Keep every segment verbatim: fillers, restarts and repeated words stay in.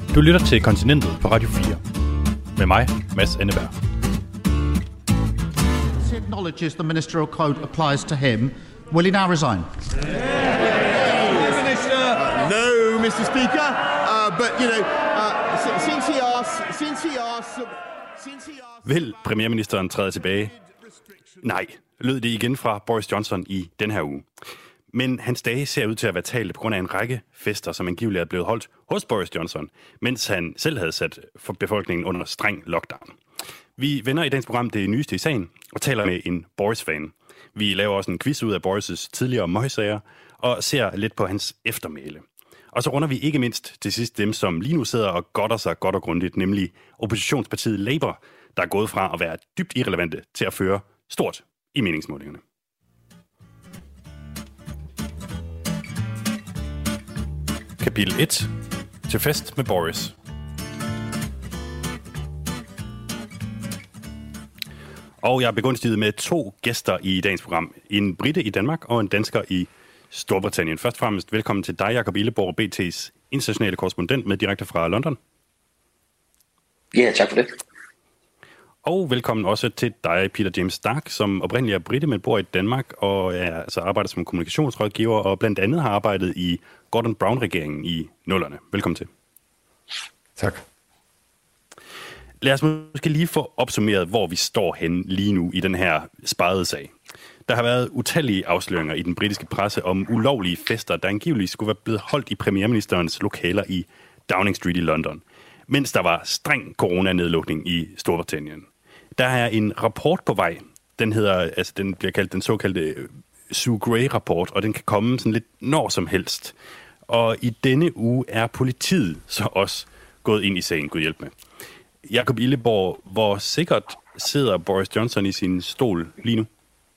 Du lytter til Kontinentet på Radio fire. Med mig, Mads Enneberg. He acknowledges the ministerial code applies to him. Will he now resign? No, mister Speaker, uh, but, you know, uh, since he asked, since he asked, since he asked... Vil premierministeren træde tilbage? Nej, lød det igen fra Boris Johnson i den her uge. Men hans dage ser ud til at være talte på grund af en række fester, som angiveligt er blevet holdt hos Boris Johnson, mens han selv havde sat for befolkningen under streng lockdown. Vi vender i dagens program det nyeste i sagen og taler med en Boris-fan. Vi laver også en quiz ud af Boris' tidligere møgsager og ser lidt på hans eftermæle. Og så runder vi ikke mindst til sidst dem, som lige nu sidder og godter sig godt og grundigt, nemlig oppositionspartiet Labour, der er gået fra at være dybt irrelevante til at føre stort i meningsmålingerne. Kapitel et. Til fest med Boris. Og jeg er begunstiget med to gæster i dagens program. En brite i Danmark og en dansker i Storbritannien. Først og fremmest velkommen til dig, Jacob Illeborg, B T's internationale korrespondent med direkte fra London. Ja, tak for det. Og velkommen også til dig, Peter James Stark, som oprindeligt er brite, men bor i Danmark og er, altså arbejder som kommunikationsrådgiver og blandt andet har arbejdet i Gordon Brown-regeringen i nullerne. Velkommen til. Tak. Lad os måske lige få opsummeret, hvor vi står henne lige nu i den her spejede sag. Der har været utallige afsløringer i den britiske presse om ulovlige fester, der angiveligt skulle være blevet holdt i premierministerens lokaler i Downing Street i London, mens der var streng coronanedlukning i Storbritannien. Der er en rapport på vej. Den hedder, altså den bliver kaldt den såkaldte Sue Gray-rapport, og den kan komme sådan lidt når som helst. Og i denne uge er politiet så også gået ind i sagen, Gud hjælp med. Jacob Illeborg, hvor sikkert sidder Boris Johnson i sin stol lige nu?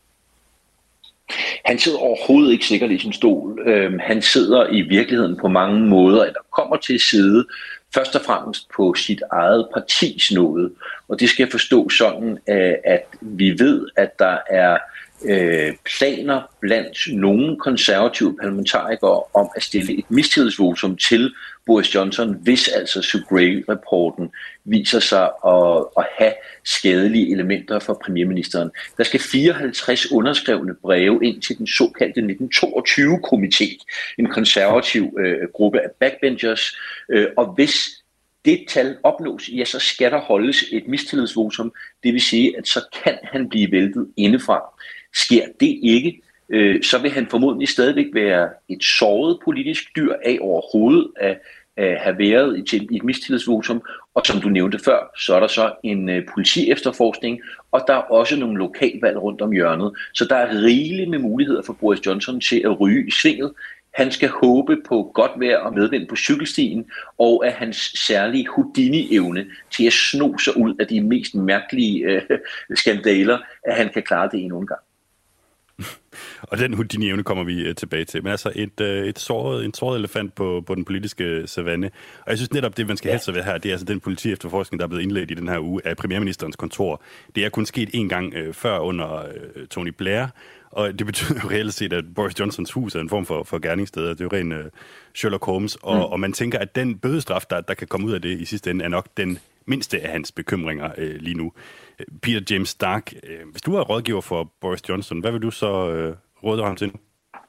Han sidder overhovedet ikke sikkert i sin stol. Øhm, han sidder i virkeligheden på mange måder, eller kommer til at sidde først og fremmest på sit eget partis nåde. Og det skal forstå sådan, at vi ved, at der er øh, planer blandt nogle konservative parlamentarikere om at stille et mistillidsvotum til Boris Johnson, hvis altså Sue Gray-rapporten viser sig at, at have skadelige elementer for premierministeren. Der skal fireoghalvtreds underskrevne breve ind til den såkaldte nitten toogtyve-komité, en konservativ øh, gruppe af backbenchers, øh, og hvis det tal opnås, ja, så skal der holdes et mistillidsvotum, det vil sige, at så kan han blive væltet indefra. Sker det ikke, øh, så vil han formodentlig stadigvæk være et såret politisk dyr af overhovedet at, at have været i, i et mistillidsvotum. Og som du nævnte før, så er der så en øh, politiefterforskning, og der er også nogle lokalvalg rundt om hjørnet. Så der er rigeligt med muligheder for Boris Johnson til at ryge i svinget. Han skal håbe på godt vejr og medvind på cykelstien, og af hans særlige Houdini-evne til at sno sig ud af de mest mærkelige øh, skandaler, at han kan klare det endnu en gang. Og den Houdini-evne kommer vi uh, tilbage til. Men altså et, uh, et såret, en såret elefant på, på den politiske savanne. Og jeg synes netop, det man skal ja. helst ved her, det er altså den politiefterforskning, der er blevet indledt i den her uge af premierministerens kontor. Det er kun sket en gang uh, før under uh, Tony Blair, og det betyder jo reelt set, at Boris Johnsons hus er en form for, for gerningssted. Det er jo ren uh, Sherlock Holmes, og, mm. og man tænker, at den bødestraf, der, der kan komme ud af det i sidste ende, er nok den mindste af hans bekymringer uh, lige nu. Peter James Stark, uh, hvis du er rådgiver for Boris Johnson, hvad vil du så uh, råde ham til?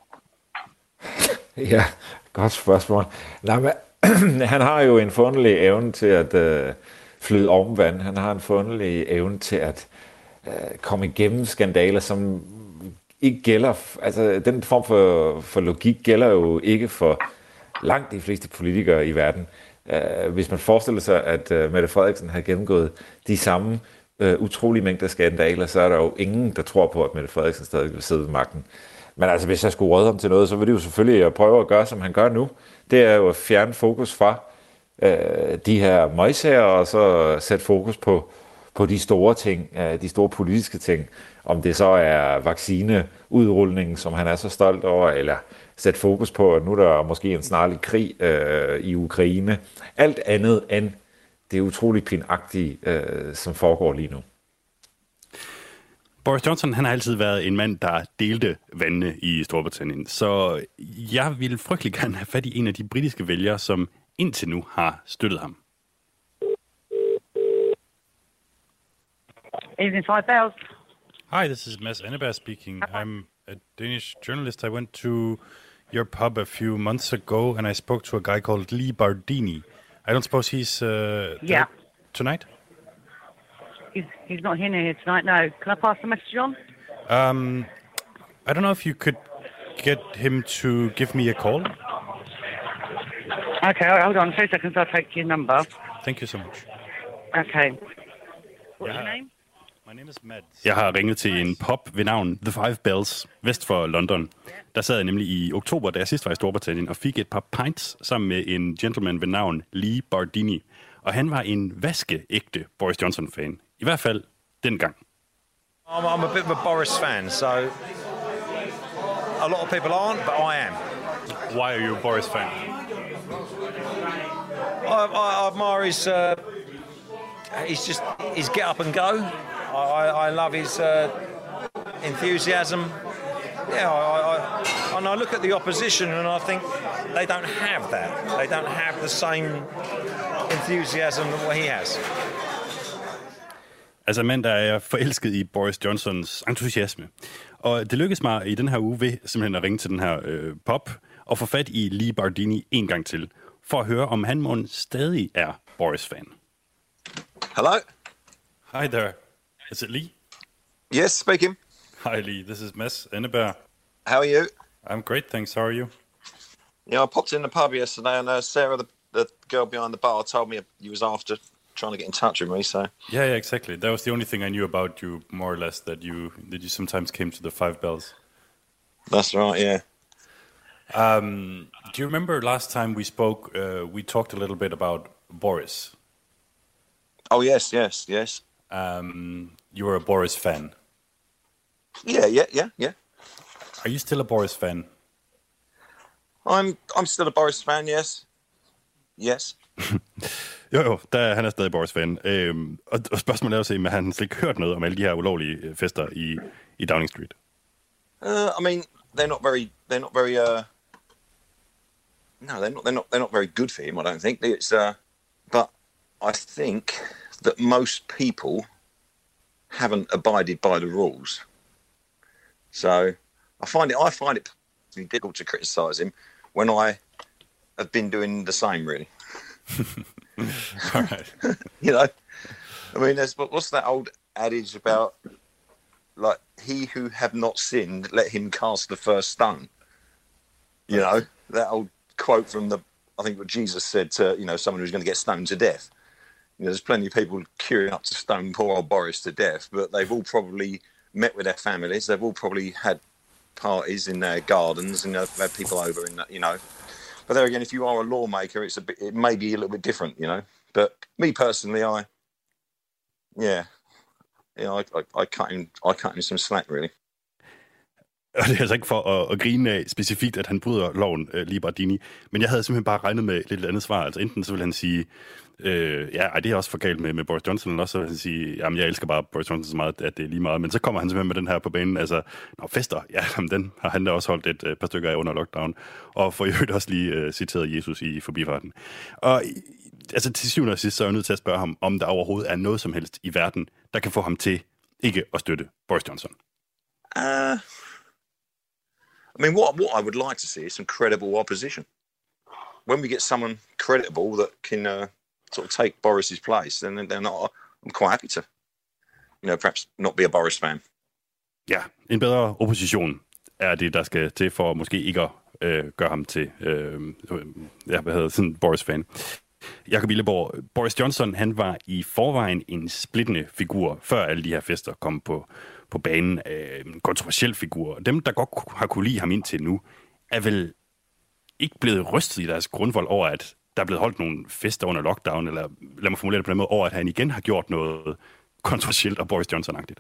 Ja, godt spørgsmål. Nej, men, han har jo en forunderlig evne til at uh, flyde oven vand. Han har en forunderlig evne til at uh, komme igennem skandaler, som ikke gælder, altså den form for, for logik gælder jo ikke for langt de fleste politikere i verden. Uh, hvis man forestiller sig, at uh, Mette Frederiksen har gennemgået de samme uh, utrolige mængder skandaler, så er der jo ingen, der tror på, at Mette Frederiksen stadig vil sidde ved magten. Men altså, hvis jeg skulle råde ham til noget, så vil det jo selvfølgelig at prøve at gøre, som han gør nu. Det er jo at fjerne fokus fra uh, de her møgsager, og så sætte fokus på, på de store ting, uh, de store politiske ting. Om det så er vaccineudrulningen, som han er så stolt over, eller sætte fokus på, at nu er der måske en snarlig krig øh, i Ukraine. Alt andet end det utroligt pinagtige, øh, som foregår lige nu. Boris Johnson, han har altid været en mand, der delte vandene i Storbritannien. Så jeg ville frygtelig gerne have fat i en af de britiske vælgere, som indtil nu har støttet ham. Evening Five Bells. Hi, this is Mads Anneberg speaking. I'm a Danish journalist. I went to your pub a few months ago, and I spoke to a guy called Lee Bardini. I don't suppose he's uh, Yeah. tonight? He's, he's not here here tonight, no. Can I pass the message on? Um, I don't know if you could get him to give me a call. Okay, hold on two seconds. I'll take your number. Thank you so much. Okay. What's Yeah. your name? My name is Mads. Jeg har ringet til en pub ved navn The Five Bells, vest for London. Der sad jeg nemlig i oktober, da jeg sidst var i Storbritannien, og fik et par pints sammen med en gentleman ved navn Lee Bardini. Og han var en vaskeægte Boris Johnson-fan. I hvert fald dengang. I'm, I'm a bit of a Boris fan, so a lot of people aren't, but I am. Why are you a Boris fan? I, I admire his, uh, he's just his get up and go. I, I love his uh, enthusiasm. Yeah, I, I, and I look at the opposition and I think they don't have that. They don't have the same enthusiasm that what he has. Altså mand, der er forelsket i Boris Johnsons entusiasme. Og det lykkedes mig i den her uge ved simpelthen at ringe til den her øh, pop og få fat i Lee Bardini en gang til, for at høre, om han mon stadig er Boris-fan. Hello? Hi there. Is it Lee? Yes, speaking. Hi Lee, this is Mads Anneberg. How are you? I'm great, thanks. How are you? Yeah, I popped in the pub yesterday and uh, Sarah, the, the girl behind the bar, told me you was after trying to get in touch with me, so... Yeah, yeah, exactly. That was the only thing I knew about you, more or less, that you that you sometimes came to the Five Bells. That's right, yeah. Um, do you remember last time we spoke, uh, we talked a little bit about Boris? Oh, yes, yes, yes. Um, you were a Boris fan. Yeah, yeah, yeah, yeah. Are you still a Boris fan? I'm I'm still a Boris fan, yes. Yes. Jo, jo, der, han er stadig Boris-fan. Øhm, og, og spørgsmålet er jo, om han slet ikke hørt noget om alle de her ulovlige fester i, i Downing Street. Uh, I mean, they're not very, they're not very, uh, no, they're not, they're not, they're not very good for him, I don't think. It's, uh, but I think that most people haven't abided by the rules. So I find it, I find it difficult to criticise him when I have been doing the same, really. All right. You know, I mean, there's what's that old adage about, like, he who have not sinned, let him cast the first stone. You know, that old quote from the, I think what Jesus said to, you know, someone who's going to get stoned to death. You know, there's plenty of people queuing up to stone poor old Boris to death, but they've all probably met with their families. They've all probably had parties in their gardens and they've had people over in that, you know. But there again, if you are a lawmaker, it's a bit, it may be a little bit different, you know. But me personally, I, yeah, yeah, I, I, I cut him, I cut him some slack, really. Og det er altså ikke for at, at grine af specifikt, at han bryder loven, uh, Lee Bardini. Men jeg havde simpelthen bare regnet med et lidt andet svar. Altså enten så vil han sige, øh, ja, ej, det er også for galt med, med Boris Johnson, eller også så vil han sige, jamen jeg elsker bare Boris Johnson så meget, at det er lige meget. Men så kommer han simpelthen med den her på banen, altså, nå, fester, ja, jamen, den har han da også holdt et uh, par stykker af under lockdown. Og for øvrigt også lige uh, citeret Jesus i forbifarten. Og altså til syvende og sidst, så er jeg nødt til at spørge ham, om der overhovedet er noget som helst i verden, der kan få ham til ikke at støtte Boris Johnson. Uh... I mean, what what I would like to see is some credible opposition. When we get someone credible that can uh, sort of take Boris's place, then then I'm quite happy to, you know, perhaps not be a Boris fan. Ja, en bedre opposition er det, der skal til for måske ikke at øh, gøre ham til øh, ja, hvad hedder sådan Boris-fan. Jakob Illeborg, Boris Johnson, han var i forvejen en splittende figur, før alle de her fester kom på på banen, øh, en kontroversiel figur. Dem, der godt har kunne lide ham indtil nu, er vel ikke blevet rystet i deres grundvold over, at der er blevet holdt nogle fester under lockdown, eller lad mig formulere det på den måde, over, at han igen har gjort noget kontroversielt og Boris Johnson-agtigt.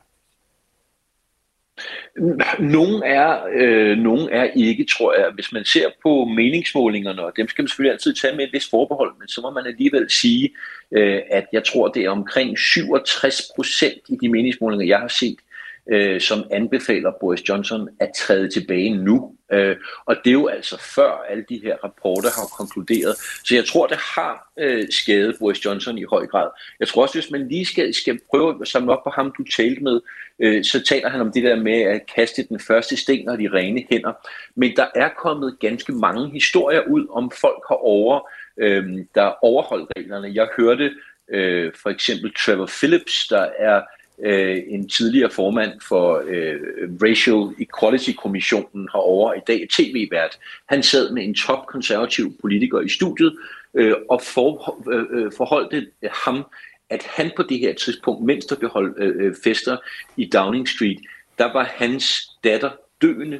Nogen er, øh, nogen er ikke, tror jeg. Hvis man ser på meningsmålingerne, og dem skal man selvfølgelig altid tage med et vist forbehold, men så må man alligevel sige, øh, at jeg tror, det er omkring syvogtres procent i de meningsmålinger, jeg har set, øh, som anbefaler Boris Johnson at træde tilbage nu. Øh, og det er jo altså før alle de her rapporter har konkluderet. Så jeg tror, det har øh, skadet Boris Johnson i høj grad. Jeg tror også, hvis man lige skal, skal prøve at samle op på ham, du talte med, øh, så taler han om det der med at kaste den første sten og de rene hænder. Men der er kommet ganske mange historier ud om folk herovre, øh, der overholdt reglerne. Jeg hørte øh, for eksempel Trevor Phillips, der er Øh, en tidligere formand for øh, Racial Equality-kommissionen herovre, i dag tv-vært. Han sad med en top konservativ politiker i studiet øh, og for, øh, forholdte ham, at han på det her tidspunkt, mens der blev holdt øh, fester i Downing Street, der var hans datter døende,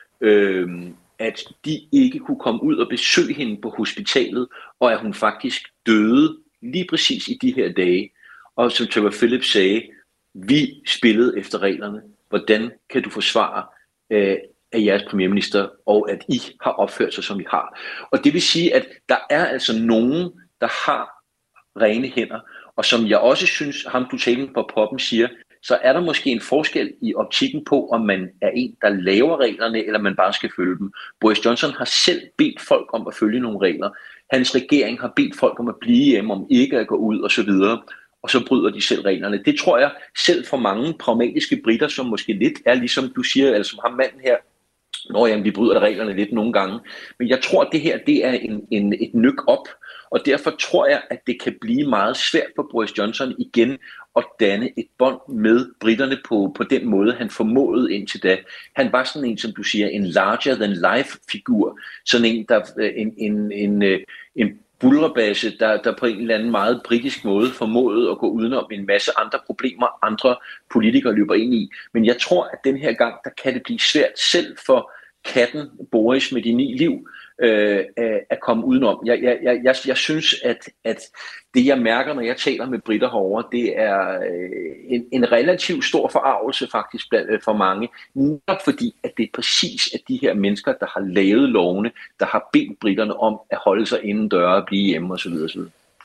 øh, at de ikke kunne komme ud og besøge hende på hospitalet, og at hun faktisk døde lige præcis i de her dage. Og som Trevor Phillips sagde, vi spillede efter reglerne. Hvordan kan du forsvare øh, af jeres premierminister, og at I har opført sig, som I har? Og det vil sige, at der er altså nogen, der har rene hænder, og som jeg også synes, ham du talte på poppen siger, så er der måske en forskel i optikken på, om man er en, der laver reglerne, eller man bare skal følge dem. Boris Johnson har selv bedt folk om at følge nogle regler. Hans regering har bedt folk om at blive hjemme, om ikke at gå ud osv., og så bryder de selv reglerne. Det tror jeg selv for mange pragmatiske britter, som måske lidt er ligesom du siger, eller som ham manden her, nå jamen, vi bryder reglerne lidt nogle gange. Men jeg tror, at det her det er en, en, et nyk op, og derfor tror jeg, at det kan blive meget svært for Boris Johnson igen at danne et bånd med britterne på, på den måde, han formåede indtil da. Han var sådan en, som du siger, en larger-than-life-figur. Sådan en, der en, en, en, en, en bullerbasse, der, der på en eller anden meget britisk måde formåede at gå udenom en masse andre problemer, andre politikere løber ind i. Men jeg tror, at den her gang, der kan det blive svært selv for katten Boris med de ni liv øh, at komme udenom. Jeg, jeg, jeg, jeg synes, at, at det jeg mærker, når jeg taler med britter herovre, det er øh, en, en relativt stor forarvelse faktisk blandt, øh, for mange. Netop fordi, at det er præcis at de her mennesker, der har lavet lovene, der har bedt britterne om at holde sig inden døre, blive hjemme osv. osv.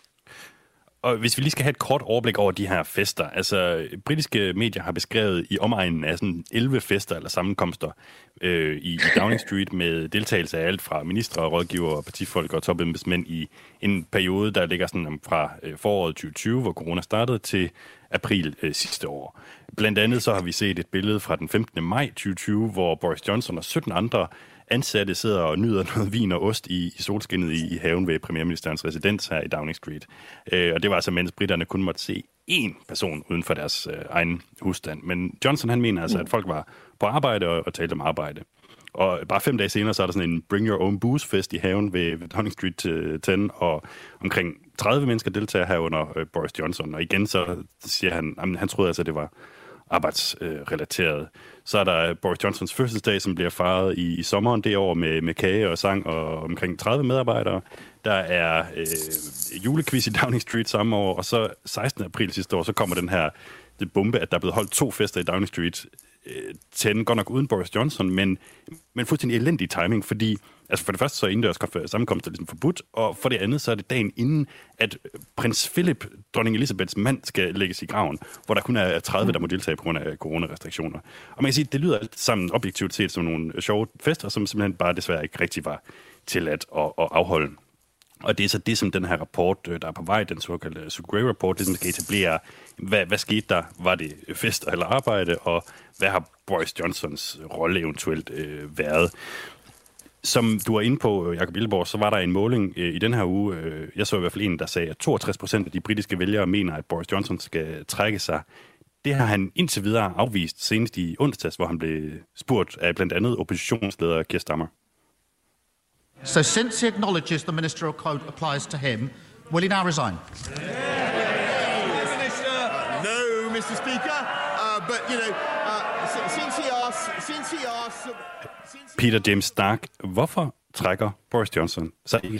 Og hvis vi lige skal have et kort overblik over de her fester, altså britiske medier har beskrevet i omegnen af sådan elleve fester eller sammenkomster øh, i, i Downing Street med deltagelse af alt fra ministre, rådgivere, partifolk og topembedsmænd i en periode, der ligger sådan fra øh, foråret tyve tyve, hvor corona startede, til april øh, sidste år. Blandt andet så har vi set et billede fra den femtende maj tyve tyve, hvor Boris Johnson og sytten andre ansatte sidder og nyder noget vin og ost i, i solskinnet i, i haven ved premierministerens residens her i Downing Street. Øh, og det var altså, mens britterne kun måtte se én person uden for deres øh, egen husstand. Men Johnson, han mener altså, at folk var på arbejde og, og talte om arbejde. Og bare fem dage senere, så er der sådan en Bring Your Own Booze fest i haven ved, ved Downing Street ti, og omkring tredive mennesker deltager herunder øh, Boris Johnson. Og igen så siger han, at han troede altså, det var arbejdsrelateret. Så er der Boris Johnsons fødselsdag, som bliver fejret i, i sommeren det år med, med kage og sang og omkring tredive medarbejdere. Der er øh, julequiz i Downing Street samme år, og så sekstende april sidste år, så kommer den her det bombe, at der er blevet holdt to fester i Downing Street. Øh, ten, godt nok uden Boris Johnson, men, men fuldstændig elendig timing, fordi altså for det første så er indendørs sammenkomster ligesom forbudt, og for det andet så er det dagen inden, at prins Philip, dronning Elizabeths mand, skal lægges i graven, hvor der kun er tredive, der må deltage på grund af coronarestriktioner. Og man kan sige, det lyder alt sammen objektivt set som nogle sjove fester, som simpelthen bare desværre ikke rigtig var tilladt at, at afholde. Og det er så det, som den her rapport, der er på vej, den såkaldte Sue-Gray-rapport, det som skal etablere, hvad, hvad skete der? Var det fest eller arbejde? Og hvad har Boris Johnsons rolle eventuelt øh, været? Som du var inde på, Jacob Illeborg, så var der en måling øh, i den her uge. Øh, jeg så i hvert fald en, der sagde, at toogtres procent af de britiske vælgere mener, at Boris Johnson skal trække sig. Det har han indtil videre afvist senest i onsdags, hvor han blev spurgt af blandt andet oppositionsleder Keir Starmer. So since he acknowledges the ministerial code applies to him, will he now resign? No, mister Speaker, uh, but you know, uh, since he asked, since he asked, since Peter James Stark, hvorfor trækker Boris Johnson sig ikke?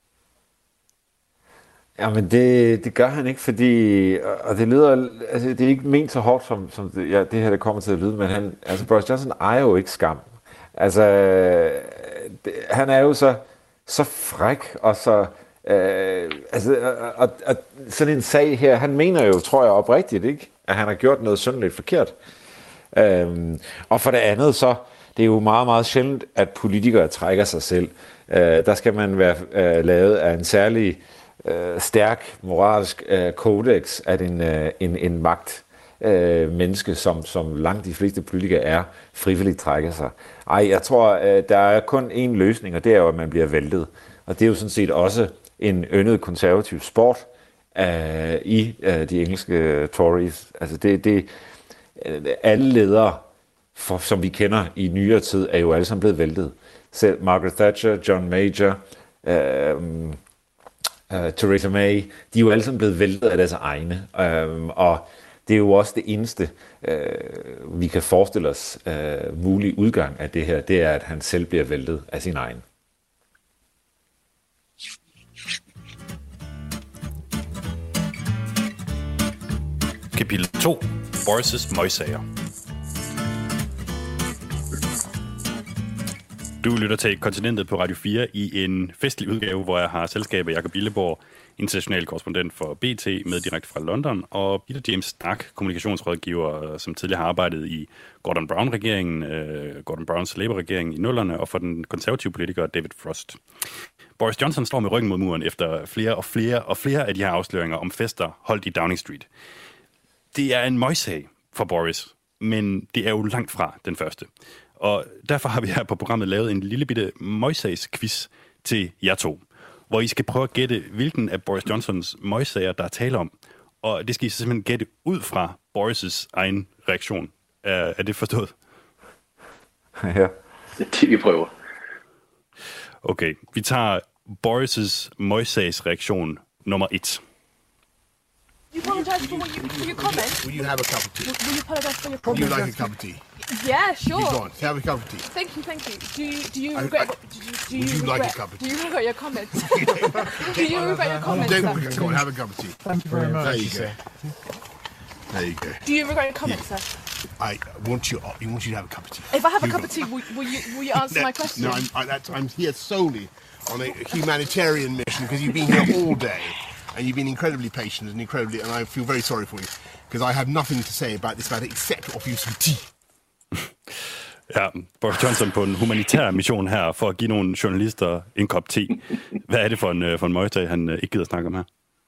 Jamen det, det gør han ikke, fordi, og det lyder, altså det er ikke ment så hårdt, som, som det, ja, det her det kommer til at lyde, men han, altså Boris Johnson er jo ikke skam. Altså, det, han er jo så, så fræk, og så, øh, altså, og, og, og sådan en sag her, han mener jo, tror jeg oprigtigt, ikke, at han har gjort noget synderligt forkert. Øhm, og for det andet så, det er jo meget, meget sjældent, at politikere trækker sig selv. Øh, der skal man være øh, lavet af en særlig øh, stærk moralsk øh, kodex, at en, øh, en, en magt øh, menneske, som, som langt de fleste politikere er, frivilligt trækker sig. Ej, jeg tror, øh, der er kun én løsning, og det er jo, at man bliver væltet. Og det er jo sådan set også en yndet konservativ sport øh, i øh, de engelske Tories. Altså det, det øh, alle ledere, for, som vi kender i nyere tid, er jo alle sammen blevet væltet. Selv Margaret Thatcher, John Major, øh, øh, Theresa May, de er jo alle sammen blevet væltet af deres egne. Øh, og det er jo også det eneste, øh, vi kan forestille os øh, mulig udgang af det her, det er, at han selv bliver væltet af sin egen. Kapitel to. Boris' møgsager. Du lytter til Kontinentet på Radio fire i en festlig udgave, hvor jeg har selskab af Jakob Illeborg, international korrespondent for B T med direkte fra London, og Peter James Stark, kommunikationsrådgiver, som tidligere har arbejdet i Gordon Brown-regeringen, uh, Gordon Browns Labour-regering i nullerne, og for den konservative politiker David Frost. Boris Johnson står med ryggen mod muren efter flere og flere og flere af de her afsløringer om fester holdt i Downing Street. Det er en møgsag for Boris, men det er jo langt fra den første. Og derfor har vi her på programmet lavet en lille bitte møgsagsquiz til jer to, hvor I skal prøve at gætte, hvilken af Boris Johnsons møgsager, der er tale om. Og det skal I så simpelthen gætte ud fra Boris' egen reaktion. Er, er det forstået? Ja. Det vi prøver. Okay, vi tager Boris' møgsagsreaktion nummer et. You apologise for, what you, for your comment? Will you have a cup of tea? Will, will you apologise for your Would you comment? like a cup of tea? Yeah, sure. You go on, have a cup of tea. Thank you, thank you. Do you, do you I- regret... I- what- do you, do Would you you like a regret, cup of Do tea? you regret your comments? do you regret your comments, Don't sir? worry, go on, have a cup of tea. Thank you very much. There you go. There you go. Do you regret your comments, sir? I want you. I want you to have a cup of tea. If I have a You cup go. of tea, will, will you will you answer No, my question? No, I'm, I, that's, I'm here solely on a humanitarian mission because you've been here all day and you've been incredibly patient and incredibly, and I feel very sorry for you because I have nothing to say about this matter except offer you some tea. Ja, Boris Johnson på en humanitær mission her for at give nogle journalister en kop te. Hvad er det for en, for en møgtag, han ikke gider snakke om her?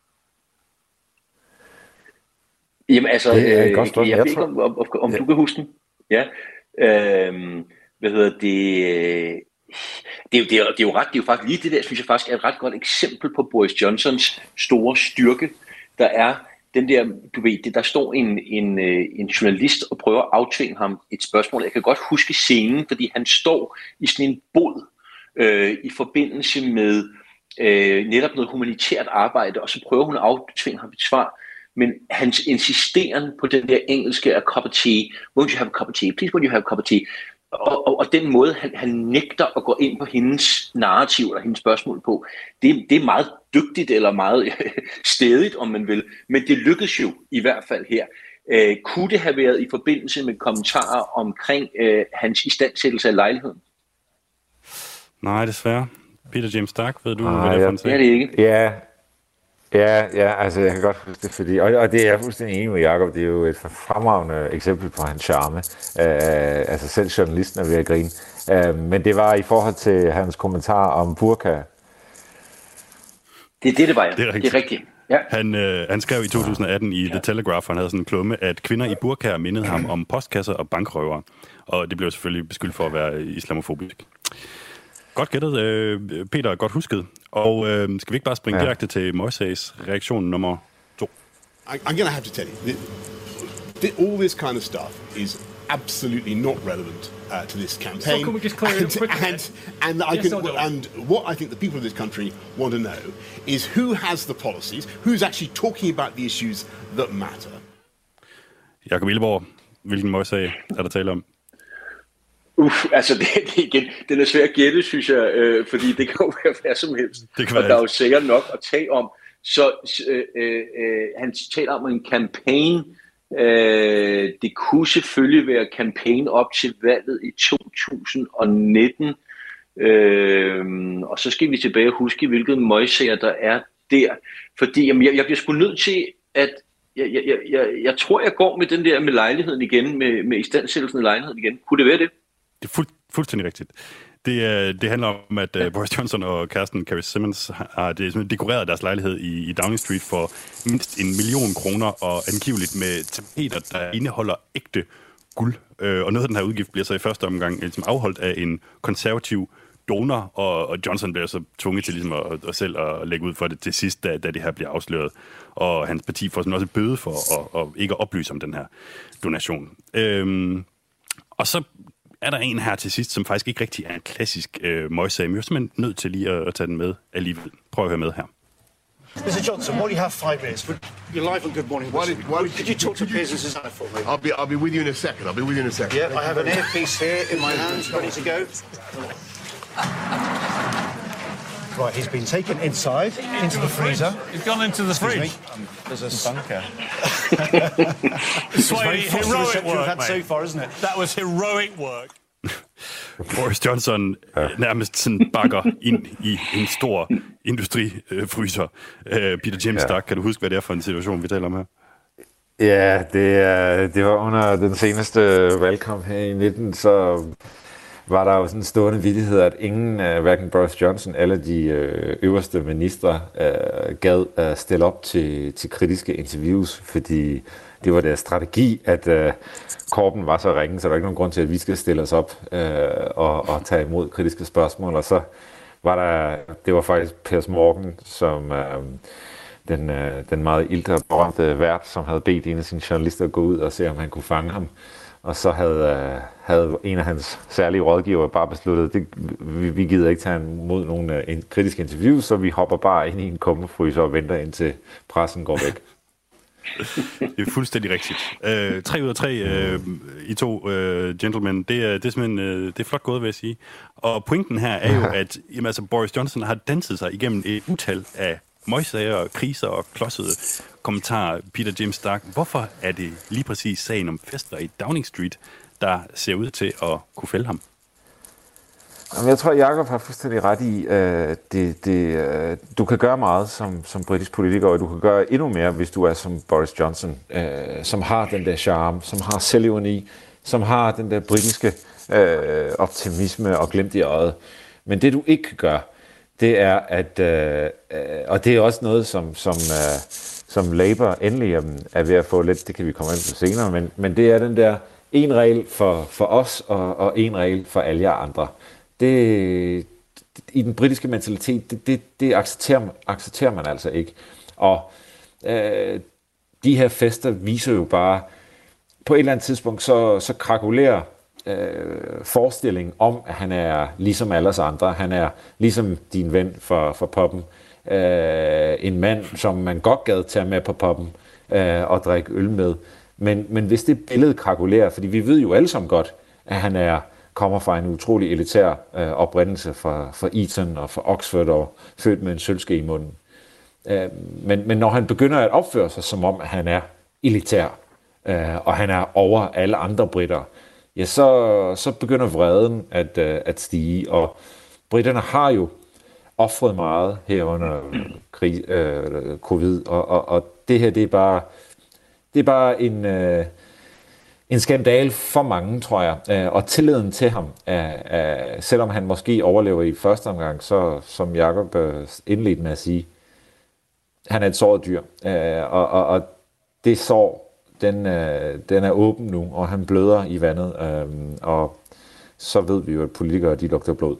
Jamen altså, Det er et øh, godt spørgsmål. jeg Jeg ved ikke, tror- om, om, om Ja. du kan huske den. Ja. Øhm, hvad hedder det? øh, Det er, jo, det, er, jo- det er jo ret, det er jo faktisk lige det der, synes jeg faktisk er et ret godt eksempel på Boris Johnsons store styrke. Der er den der, du ved, det, der står en, en, øh, en journalist og prøver at aftvinge ham et spørgsmål. Jeg kan godt huske scenen, fordi han står i sådan en bod øh, i forbindelse med øh, netop noget humanitært arbejde, og så prøver hun at aftvinge ham et svar. Men hans insisteren på den der engelske a cup of tea, won't you have a cup of tea, please won't you have a cup of tea, og, og, og den måde, han, han nægter at gå ind på hendes narrativ eller hendes spørgsmål på, det, det er meget dygtigt eller meget stædigt, om man vil, men det lykkedes jo i hvert fald her. Øh, kunne det have været i forbindelse med kommentarer omkring øh, hans istandsættelse af lejligheden? Nej, desværre. Peter James Stark, ved du, Ah, hvad det er ja. for en Det er sag? det ikke. Ja, ja, ja, altså jeg kan godt huske det, fordi, og, og det er jeg fuldstændig enig med Jacob, det er jo et fremragende eksempel på hans charme. Uh, altså selv journalisten er ved at grine. Uh, men det var i forhold til hans kommentar om burka. Det er det, det var, ja. Det er rigtigt. Det er rigtigt. Ja. Han, øh, han skrev i to tusind atten i The Telegraph, han havde sådan en klumme, at kvinder i burkaer mindede ham om postkasser og bankrøvere. Og det blev selvfølgelig beskyldt for at være islamofobisk. Godt gættet, øh, Peter, godt husket. Og øh, skal vi ikke bare springe Ja. direkte til Moises reaktion nummer to? I, I'm going to have to tell you, that, that all this kind of stuff is absolutely not relevant uh, to this campaign. So can we just clear it and, up quickly? and, and I Yes can, or no? and what I think the people of this country want to know is who has the policies, who's actually talking about the issues that matter. Jakob Illeborg, hvilken Moisag er der tale om? Uff, altså det, det igen, den er svær at gætte, synes jeg, øh, fordi det kan jo være hvad som helst. Det kan og være der er alt. jo sikkert nok at tale om. Så øh, øh, han taler om en campaign. Øh, det kunne selvfølgelig være campaign op til valget i to tusind nitten. Øh, og så skal vi tilbage og huske, hvilket møgsager der er der. Fordi jamen, jeg, jeg bliver sgu nødt til at jeg, jeg, jeg, jeg tror, jeg går med den der med lejligheden igen, med, med istandsættelsen af lejligheden igen. Kunne det være det? Det er fuld, fuldstændig rigtigt. Det, det handler om, at uh, Boris Johnson og kæresten Carrie Symonds har det, dekoreret deres lejlighed i, i Downing Street for mindst en million kroner, og angiveligt med tapeter, der indeholder ægte guld. Uh, og noget af den her udgift bliver så i første omgang ligesom afholdt af en konservativ donor, og, og Johnson bliver så tvunget til ligesom at, at selv at lægge ud for det til sidst, da, da det her bliver afsløret. Og hans parti får sådan også bøde for at, at ikke at oplyse om den her donation. Um, og så er der en her til sidst, som faktisk ikke rigtig er en klassisk øh, møgssag, men jeg er simpelthen nødt til lige at, at tage den med alligevel. Prøv at høre med her. mister Johnson, while you have five minutes, would you live on Good Morning? What is, what is, Could you talk to Piers and Susanna for me? I'll be, I'll be with you in a second. I'll be with you in a second. Yeah, I have an earpiece here in my hands, ready to go. Right, he's been taken inside, into the freezer. He's gone into the fridge. Um, there's a bunker. It's very heroic work, had so far, isn't it? That was heroic work. Boris Johnson ja. nærmest sådan bakker ind i en stor industrifryser. Uh, Peter James ja. Stark, kan du huske, hvad det er for en situation, vi taler om her? Ja, det, er, det var under den seneste valgkamp her i nitten, så var der jo sådan en stående vittighed, at ingen, uh, hverken Boris Johnson eller de uh, øverste ministre uh, gad uh, stille op til, til kritiske interviews, fordi det var deres strategi, at uh, korpen var så ringe, så der er ikke nogen grund til, at vi skal stille os op uh, og, og tage imod kritiske spørgsmål. Og så var der, det var faktisk Piers Morgan, som uh, den, uh, den meget ilterberømte vært, som havde bedt en af sine journalister at gå ud og se, om han kunne fange ham. Og så havde, uh, havde en af hans særlige rådgivere bare besluttet, at vi, vi gider ikke tage imod nogle uh, kritiske interviews, så vi hopper bare ind i en kummefryser og venter indtil pressen går væk. Det er fuldstændig rigtigt. Uh, tre ud af tre, uh, I to uh, gentlemen, det er, det er simpelthen uh, det er flot gået, vil jeg sige. Og pointen her er jo, at jamen, altså, Boris Johnson har danset sig igennem et utal af møgssager, kriser og klodsede kommentarer. Peter James Stark, hvorfor er det lige præcis sagen om fester i Downing Street, der ser ud til at kunne fælde ham? Jamen, jeg tror, Jacob har fuldstændig ret i, at det, det, du kan gøre meget som, som britisk politiker, og du kan gøre endnu mere, hvis du er som Boris Johnson, øh, som har den der charme, som har selvironi, som har den der britiske øh, optimisme og glimt i øjet. Men det, du ikke kan gøre, det er, at, øh, og det er også noget, som, som, øh, som Labour endelig er ved at få lidt, det kan vi komme ind på senere, men, men det er den der en regel for, for os, og, og en regel for alle jer andre. Det, i den britiske mentalitet, det, det, det accepterer, accepterer man altså ikke. Og øh, de her fester viser jo bare, på et eller andet tidspunkt, så, så krakulerer øh, forestillingen om, at han er ligesom alle os andre. Han er ligesom din ven for, for poppen. Øh, en mand, som man godt gad tage med på poppen øh, og drikke øl med. Men, men hvis det billede krakulerer, fordi vi ved jo alle sammen godt, at han er kommer fra en utrolig elitær øh, oprindelse fra, fra Eton og fra Oxford og født med en sølvske i munden. Øh, men, men når han begynder at opføre sig som om, at han er elitær, øh, og han er over alle andre britter, ja, så, så begynder vreden at, øh, at stige. Og britterne har jo offret meget her under krig, øh, covid, og, og, og det her, det er bare, det er bare en... Øh, En skandal for mange, tror jeg, og tilliden til ham, selvom han måske overlever i første omgang, så som Jacob indledte med at sige, han er et såret dyr, og, og, og det sår, den, den er åben nu, og han bløder i vandet, og så ved vi jo, at politikere, de lugter blod.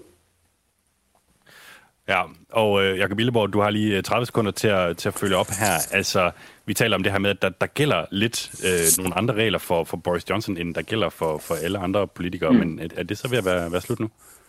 Ja, og øh, Jacob Illeborg, du har lige tredive sekunder til at, til at følge op her. Altså, vi taler om det her med, at der, der gælder lidt øh, nogle andre regler for, for Boris Johnson, end der gælder for, for alle andre politikere. Mm. Men er, er det så ved at være, være slut nu?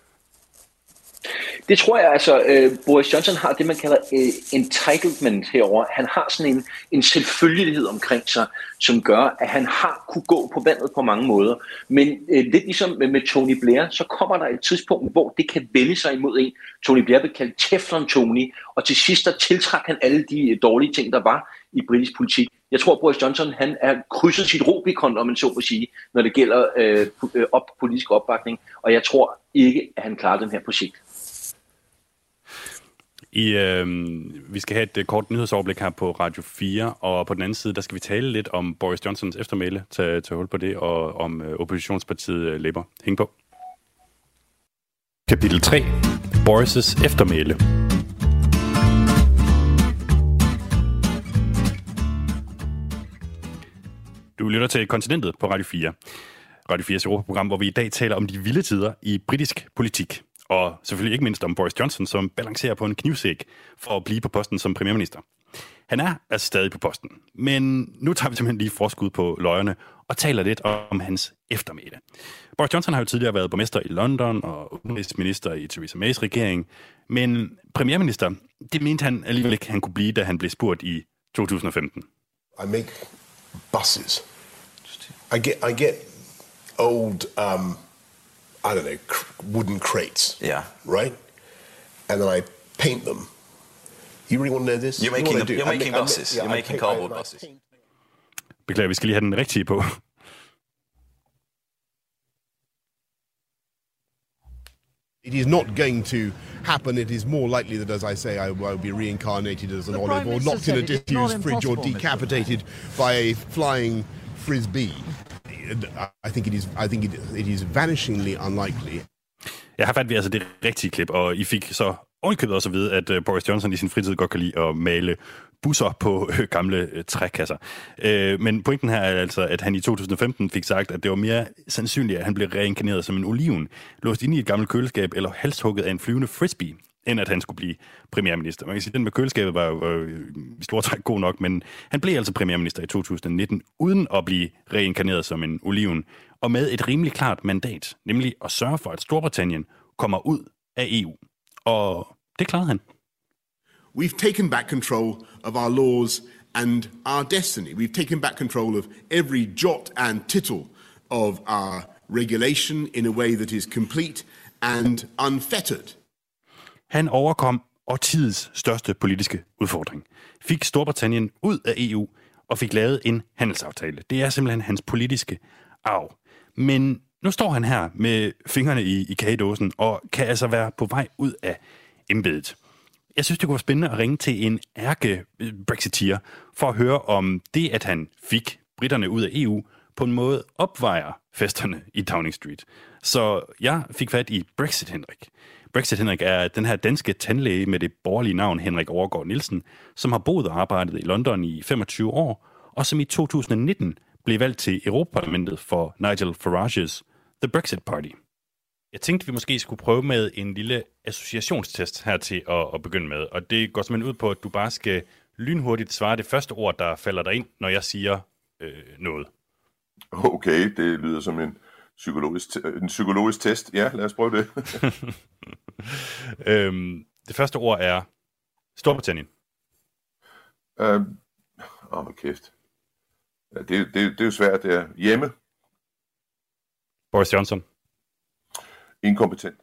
Det tror jeg, altså, øh, Boris Johnson har det, man kalder øh, entitlement herover. Han har sådan en, en selvfølgelighed omkring sig, som gør, at han har kunne gå på vandet på mange måder. Men øh, lidt ligesom med, med Tony Blair, så kommer der et tidspunkt, hvor det kan vende sig imod en. Tony Blair blev kaldt Teflon Tony, og til sidst der tiltræk han alle de dårlige ting, der var i britisk politik. Jeg tror, Boris Johnson han er krydset sit Rubicon, om man så må sige, når det gælder øh, op, politisk opbakning, og jeg tror ikke, at han klarer den her på sigt. I, øh, vi skal have et uh, kort nyhedsoverblik her på Radio fire, og på den anden side, der skal vi tale lidt om Boris Johnsons eftermæle, tage, tage hul på det, og om uh, oppositionspartiet uh, Labour. Hæng på. Kapitel tre. Boris' eftermæle. Du lytter til Kontinentet på Radio fire. Radio fires Europaprogram, hvor vi i dag taler om de vilde tider i britisk politik. Og selvfølgelig ikke mindst om Boris Johnson, som balancerer på en knivsæg for at blive på posten som premierminister. Han er altså stadig på posten, men nu tager vi simpelthen lige forskud på løjerne og taler lidt om hans eftermæle. Boris Johnson har jo tidligere været borgmester i London og udenrigsminister i Theresa Mays regering, men premierminister, det mente han alligevel ikke, han kunne blive, da han blev spurgt i to tusind og femten. I make buses. I get I get old um, I don't know cr- wooden crates. Yeah. Right. And then I paint them. You really want to know this? You're making them, you're making make, buses. I make, yeah, you're making paint, cardboard I, I buses. paint. Beklager, vi skal lige have den rigtige på. It is not going to happen. It is more likely that, as I say, I will be reincarnated as an olive or locked in a disused fridge or decapitated by a flying frisbee. I think it is. I think it, it is vanishingly unlikely. Jeg har fat ved altså det rigtige klip, og I fik så ovenikøbet også at vide, at Boris Johnson i sin fritid godt kan lide at male busser på øh, gamle øh, trækasser. Øh, men pointen her er altså, at han i to tusind og femten fik sagt, at det var mere sandsynligt, at han blev reinkarneret som en oliven, låst inde i et gammelt køleskab eller halshugget af en flyvende frisbee, end at han skulle blive premierminister. Man kan sige, at den med køleskabet var jo i store træk god nok, men han blev altså premierminister i to tusind og nitten, uden at blive reinkarneret som en oliven, og med et rimelig klart mandat, nemlig at sørge for, at Storbritannien kommer ud af E U. Og det klarede han. We've taken back control of our laws and our destiny. We've taken back control of every jot and tittle of our regulation in a way that is complete and unfettered. Han overkom årtidets største politiske udfordring. Fik Storbritannien ud af E U og fik lavet en handelsaftale. Det er simpelthen hans politiske arv. Men nu står han her med fingrene i, i kagedåsen og kan altså være på vej ud af embedet. Jeg synes, det kunne være spændende at ringe til en ærke-brexiteer for at høre om det, at han fik britterne ud af E U, på en måde opvejer festerne i Downing Street. Så jeg fik fat i Brexit Henrik. Brexit Henrik er den her danske tandlæge med det borgerlige navn Henrik Overgaard Nielsen, som har boet og arbejdet i London i femogtyve år, og som i to tusind og nitten blev valgt til Europaparlamentet for Nigel Farage's The Brexit Party. Jeg tænkte, vi måske skulle prøve med en lille associationstest her til at, at begynde med. Og det går simpelthen ud på, at du bare skal lynhurtigt svare det første ord, der falder dig ind, når jeg siger øh, noget. Okay, det lyder som en psykologisk, en psykologisk test. Ja, lad os prøve det. øhm, det første ord er Storbritannien. Åh, um, oh, kæft. Ja, det, det, det er jo svært, det er hjemme. Boris Johnson. Inkompetent.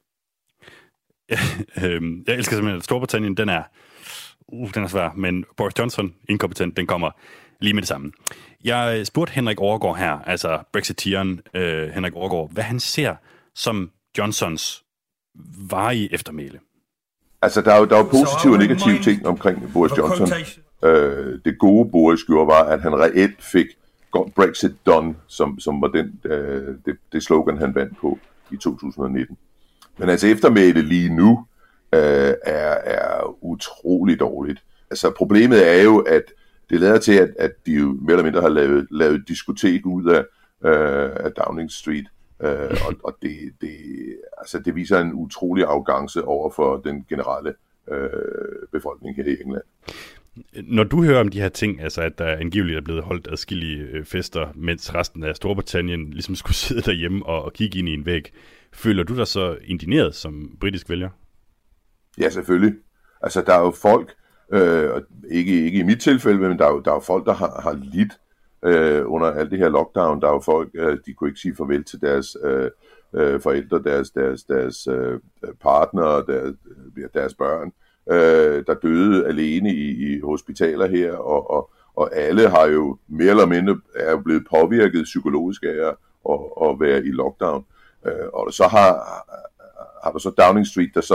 øhm, jeg elsker simpelthen, at Storbritannien, den er, uh, den er svær, men Boris Johnson, inkompetent, den kommer lige med det samme. Jeg spurgte Henrik Overgaard her, altså brexiteeren øh, Henrik Overgaard, hvad han ser som Johnsons varige eftermæle. Altså, der er jo, der er jo positive og negative ting omkring Boris Johnson. Øh, det gode Boris gjorde var, at han reelt fik godt Brexit done, som, som var den, øh, det, det slogan, han vandt på i to tusind og nitten. Men altså eftermælet lige nu øh, er, er utrolig dårligt. Altså problemet er jo, at det lader til, at, at de jo mere eller mindre har lavet, lavet diskotek ud af, øh, af Downing Street. Øh, og og det, det, altså det viser en utrolig arrogance over for den generelle øh, befolkning her i England. Når du hører om de her ting, altså at der angiveligt er blevet holdt adskillige fester, mens resten af Storbritannien ligesom skulle sidde derhjemme og, og kigge ind i en væg, føler du dig så indigneret som britisk vælger? Ja, selvfølgelig. Altså der er jo folk, øh, ikke, ikke i mit tilfælde, men der er jo, der er jo folk, der har, har lidt øh, under alt det her lockdown. Der er jo folk, øh, de kunne ikke sige farvel til deres øh, øh, forældre, deres, deres, deres øh, partnere, deres, deres børn. Øh, der døde alene i, i hospitaler her, og, og, og alle har jo mere eller mindre er blevet påvirket psykologisk af at, at, at være i lockdown. Øh, og så har, har der så Downing Street, der så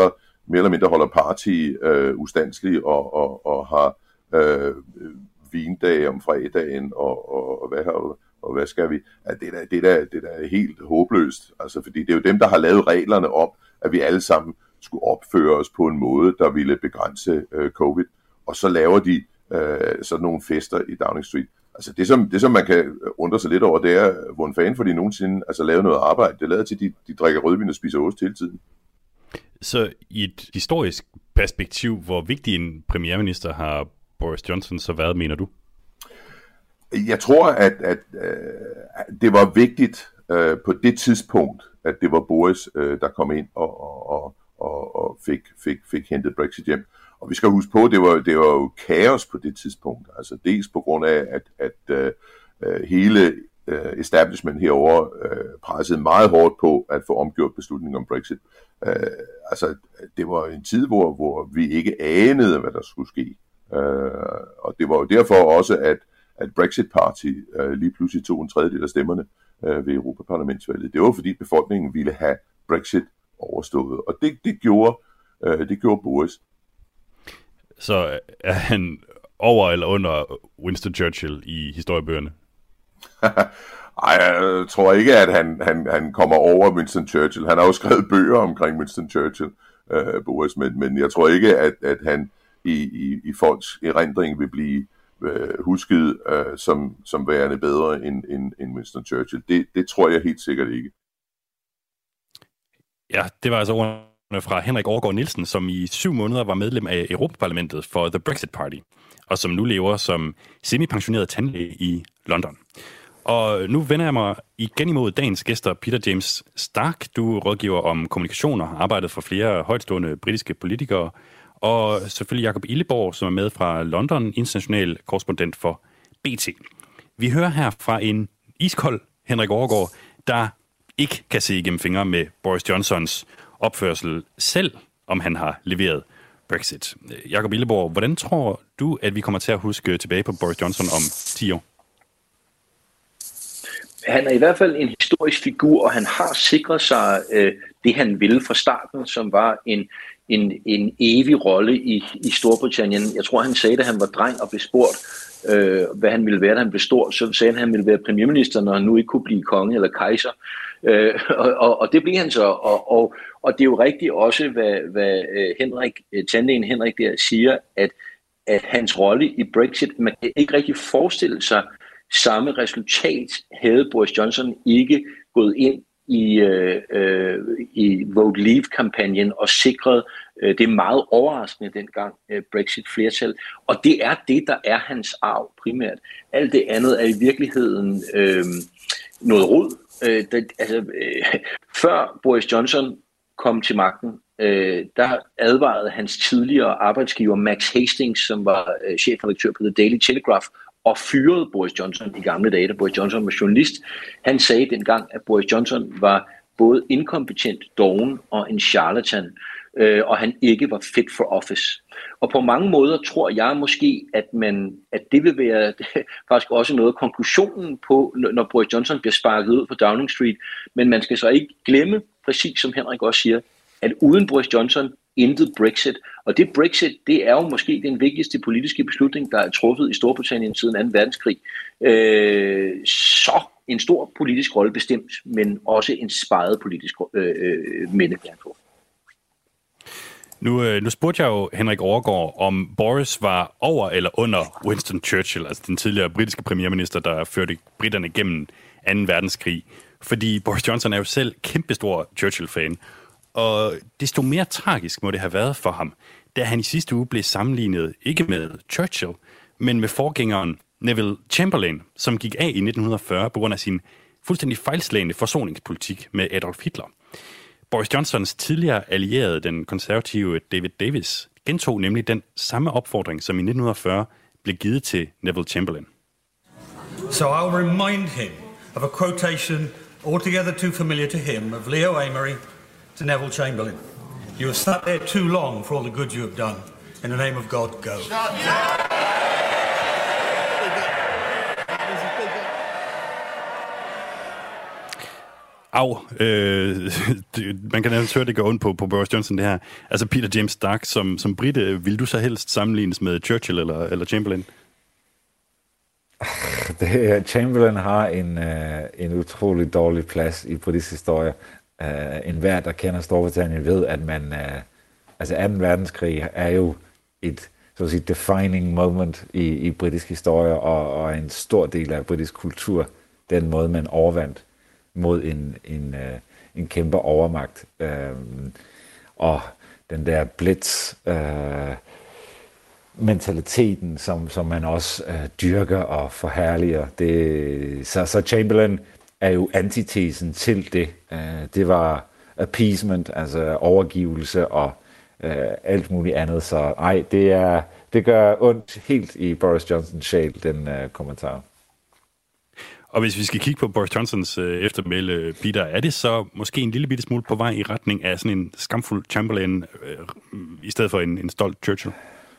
mere eller mindre holder party øh, ustandsligt og, og, og har øh, vindage om fredagen og, og, og hvad har og hvad skal vi? Ja, det, er da, det, er da, det er da helt håbløst, altså, fordi det er jo dem, der har lavet reglerne om, at vi alle sammen skulle opføre os på en måde, der ville begrænse øh, covid, og så laver de øh, sådan nogle fester i Downing Street. Altså det som, det, som man kan undre sig lidt over, det er, hvor en fan for de nogensinde altså, laver noget arbejde. Det lader til, at de, de drikker rødvin og spiser ost hele tiden. Så i et historisk perspektiv, hvor vigtig en premierminister har Boris Johnson så været, mener du? Jeg tror, at, at øh, det var vigtigt øh, på det tidspunkt, at det var Boris, øh, der kom ind og, og, og, og fik, fik, fik hentet Brexit hjem. Og vi skal huske på, at det var, det var jo kaos på det tidspunkt. Altså dels på grund af, at, at øh, hele øh, establishment herover øh, pressede meget hårdt på at få omgjort beslutningen om Brexit. Øh, altså, det var en tid, hvor, hvor vi ikke anede, hvad der skulle ske. Øh, og det var jo derfor også, at at Brexit Party øh, lige pludselig tog en tredjedel af stemmerne øh, ved Europaparlamentsvalget. Det var fordi befolkningen ville have Brexit overstået, og det, det, gjorde, øh, det gjorde Boris. Så er han over eller under Winston Churchill i historiebøgerne? Ej, jeg tror ikke, at han, han, han kommer over Winston Churchill. Han har jo skrevet bøger omkring Winston Churchill, øh, Boris, men, men jeg tror ikke, at, at han i, i, i folks erindring vil blive husket øh, som, som værende bedre end, end, end Winston Churchill. Det, det tror jeg helt sikkert ikke. Ja, det var altså ordene fra Henrik Overgaard Nielsen, som i syv måneder var medlem af Europaparlamentet for The Brexit Party, og som nu lever som semi-pensioneret tandlæge i London. Og nu vender jeg mig igen imod dagens gæster, Peter James Stark. Du rådgiver om kommunikation og har arbejdet for flere højtstående britiske politikere, og selvfølgelig Jacob Illeborg, som er med fra London, international korrespondent for B T. Vi hører her fra en iskold Henrik Overgaard, der ikke kan se igennem fingre med Boris Johnsons opførsel selv, om han har leveret Brexit. Jacob Illeborg, hvordan tror du, at vi kommer til at huske tilbage på Boris Johnson om ti år? Han er i hvert fald en historisk figur, og han har sikret sig øh, det, han ville fra starten, som var en En, en evig rolle i, i Storbritannien. Jeg tror, han sagde, da han var dreng og blev spurgt, øh, hvad han ville være, da han blev stor, så sagde han, at han ville være premierminister, når han nu ikke kunne blive konge eller kejser. Øh, og, og, og det blev han så. Og, og, og det er jo rigtigt også, hvad, hvad Henrik, tandlægen Henrik der siger, at, at hans rolle i Brexit, man kan ikke rigtig forestille sig, samme resultat havde Boris Johnson ikke gået ind i, øh, i Vote Leave-kampagnen og sikret øh, det meget overraskende dengang øh, Brexit-flertal. Og det er det, der er hans arv primært. Alt det andet er i virkeligheden øh, noget rod. Øh, det, altså, øh, før Boris Johnson kom til magten, øh, der advarede hans tidligere arbejdsgiver Max Hastings, som var øh, chefredaktør på The Daily Telegraph, og fyrede Boris Johnson i gamle dage, da Boris Johnson var journalist. Han sagde dengang, at Boris Johnson var både inkompetent, doven og en charlatan, øh, og han ikke var fit for office. Og på mange måder tror jeg måske, at, man, at det vil være faktisk også noget af konklusionen på, når Boris Johnson bliver sparket ud på Downing Street. Men man skal så ikke glemme, præcis som Henrik også siger, at uden Boris Johnson, intet Brexit. Og det Brexit, det er jo måske den vigtigste politiske beslutning, der er truffet i Storbritannien siden anden verdenskrig. Øh, så en stor politisk rolle bestemt, men også en sparet politisk øh, minde på. Nu, øh, nu spurgte jeg jo Henrik Overgaard, om Boris var over eller under Winston Churchill, altså den tidligere britiske premierminister, der førte britterne gennem anden verdenskrig. Fordi Boris Johnson er jo selv kæmpestor Churchill-fan. Og desto mere tragisk må det have været for ham, da han i sidste uge blev sammenlignet ikke med Churchill, men med forgængeren Neville Chamberlain, som gik af i nitten fyrre på grund af sin fuldstændig fejlslagende forsoningspolitik med Adolf Hitler. Boris Johnsons tidligere allierede, den konservative David Davis, gentog nemlig den samme opfordring, som i nitten fyrre blev givet til Neville Chamberlain. So I'll remind him of a quotation altogether too familiar to him of Leo Amery to Neville Chamberlain. You have sat there too long for all the good you have done. In the name of God, go. Au, øh, det, man kan nærmest høre, det går ondt på, på Boris Johnson, det her. Altså Peter James Stark, som, som brite, vil du så helst sammenlignes med Churchill eller, eller Chamberlain? Det, Chamberlain har en, uh, en utrolig dårlig plads i britisk historie. Uh, en hver, der kender Storbritannien, ved, at man, uh, altså anden verdenskrig er jo et så at sige, defining moment i, i britisk historie, og, og en stor del af britisk kultur, den måde, man overvandt mod en, en, uh, en kæmpe overmagt. Uh, og den der blitz uh, mentaliteten, som, som man også uh, dyrker og forherliger. Det, så, så Chamberlain er jo antitesen til det. Uh, det var appeasement, altså overgivelse og uh, alt muligt andet. Så ej, det, er, det gør ondt helt i Boris Johnsons sjæl, den uh, kommentar. Og hvis vi skal kigge på Boris Johnsons øh, eftermæle, Peter, er det så måske en lille bitte smule på vej i retning af sådan en skamfuld Chamberlain, øh, i stedet for en, en stolt Churchill?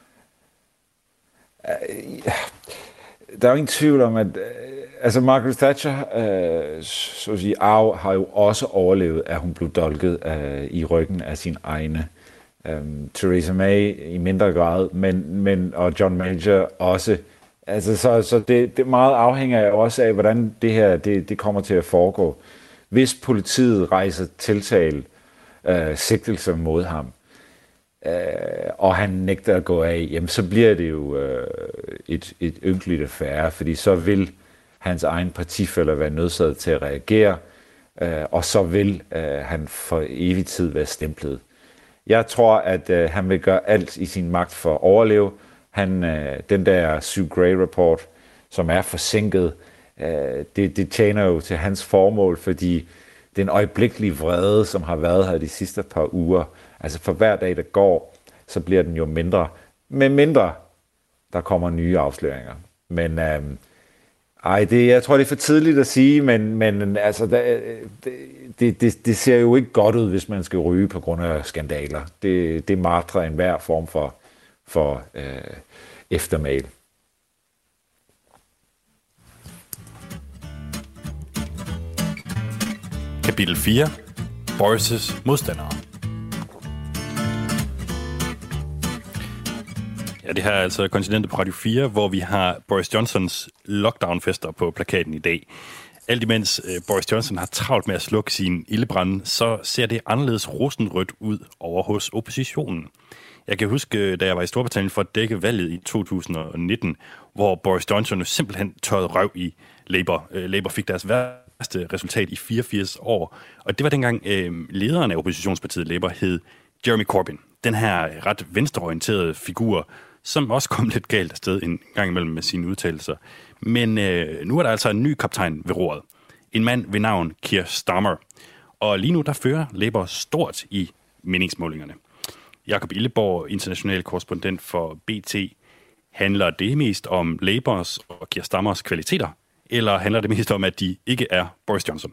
Der er jo ingen tvivl om, at øh, altså Margaret Thatcher, øh, så at sige, arv, har jo også overlevet, at hun blev dolket øh, i ryggen af sin egne. Øh, Theresa May i mindre grad, men, men og John Major også. Altså, så, så det, det meget afhænger jo også af, hvordan det her det, det kommer til at foregå. Hvis politiet rejser tiltale, øh, sigtelser mod ham, øh, og han nægter at gå af, jamen så bliver det jo øh, et, et ynkeligt affære, fordi så vil hans egen partifæller være nødsaget til at reagere, øh, og så vil øh, han for evig tid være stemplet. Jeg tror, at øh, han vil gøre alt i sin magt for at overleve. Han, øh, den der Sue Gray-rapport, som er forsinket, øh, det, det tjener jo til hans formål, fordi den øjeblikkelige vrede, som har været her de sidste par uger, altså for hver dag, der går, så bliver den jo mindre. Men mindre, der kommer nye afsløringer. Men øh, ej, det, jeg tror, det er for tidligt at sige, men, men altså, det, det, det, det ser jo ikke godt ud, hvis man skal ryge på grund af skandaler. Det, det martrer enhver form for for øh, eftermæl. Kapitel fire. Boris' modstandere. Ja, det her er altså Kontinentet på Radio fire, hvor vi har Boris Johnsons lockdown-fester på plakaten i dag. Alt imens øh, Boris Johnson har travlt med at slukke sin ildebrænde, så ser det anderledes rosenrødt ud over hos oppositionen. Jeg kan huske, da jeg var i Storbritannien for at dække valget i to tusind nitten, hvor Boris Johnson simpelthen tørrede røv i Labour. Labour fik deres værste resultat i fireogfirs år, og det var dengang øh, lederen af oppositionspartiet Labour hed Jeremy Corbyn. Den her ret venstreorienterede figur, som også kom lidt galt afsted en gang imellem med sine udtalelser. Men øh, nu er der altså en ny kaptajn ved roret. En mand ved navn Keir Starmer. Og lige nu der fører Labour stort i meningsmålingerne. Jakob Illeborg, international korrespondent for B T. Handler det mest om Labours og Keir Starmers kvaliteter, eller handler det mest om, at de ikke er Boris Johnson?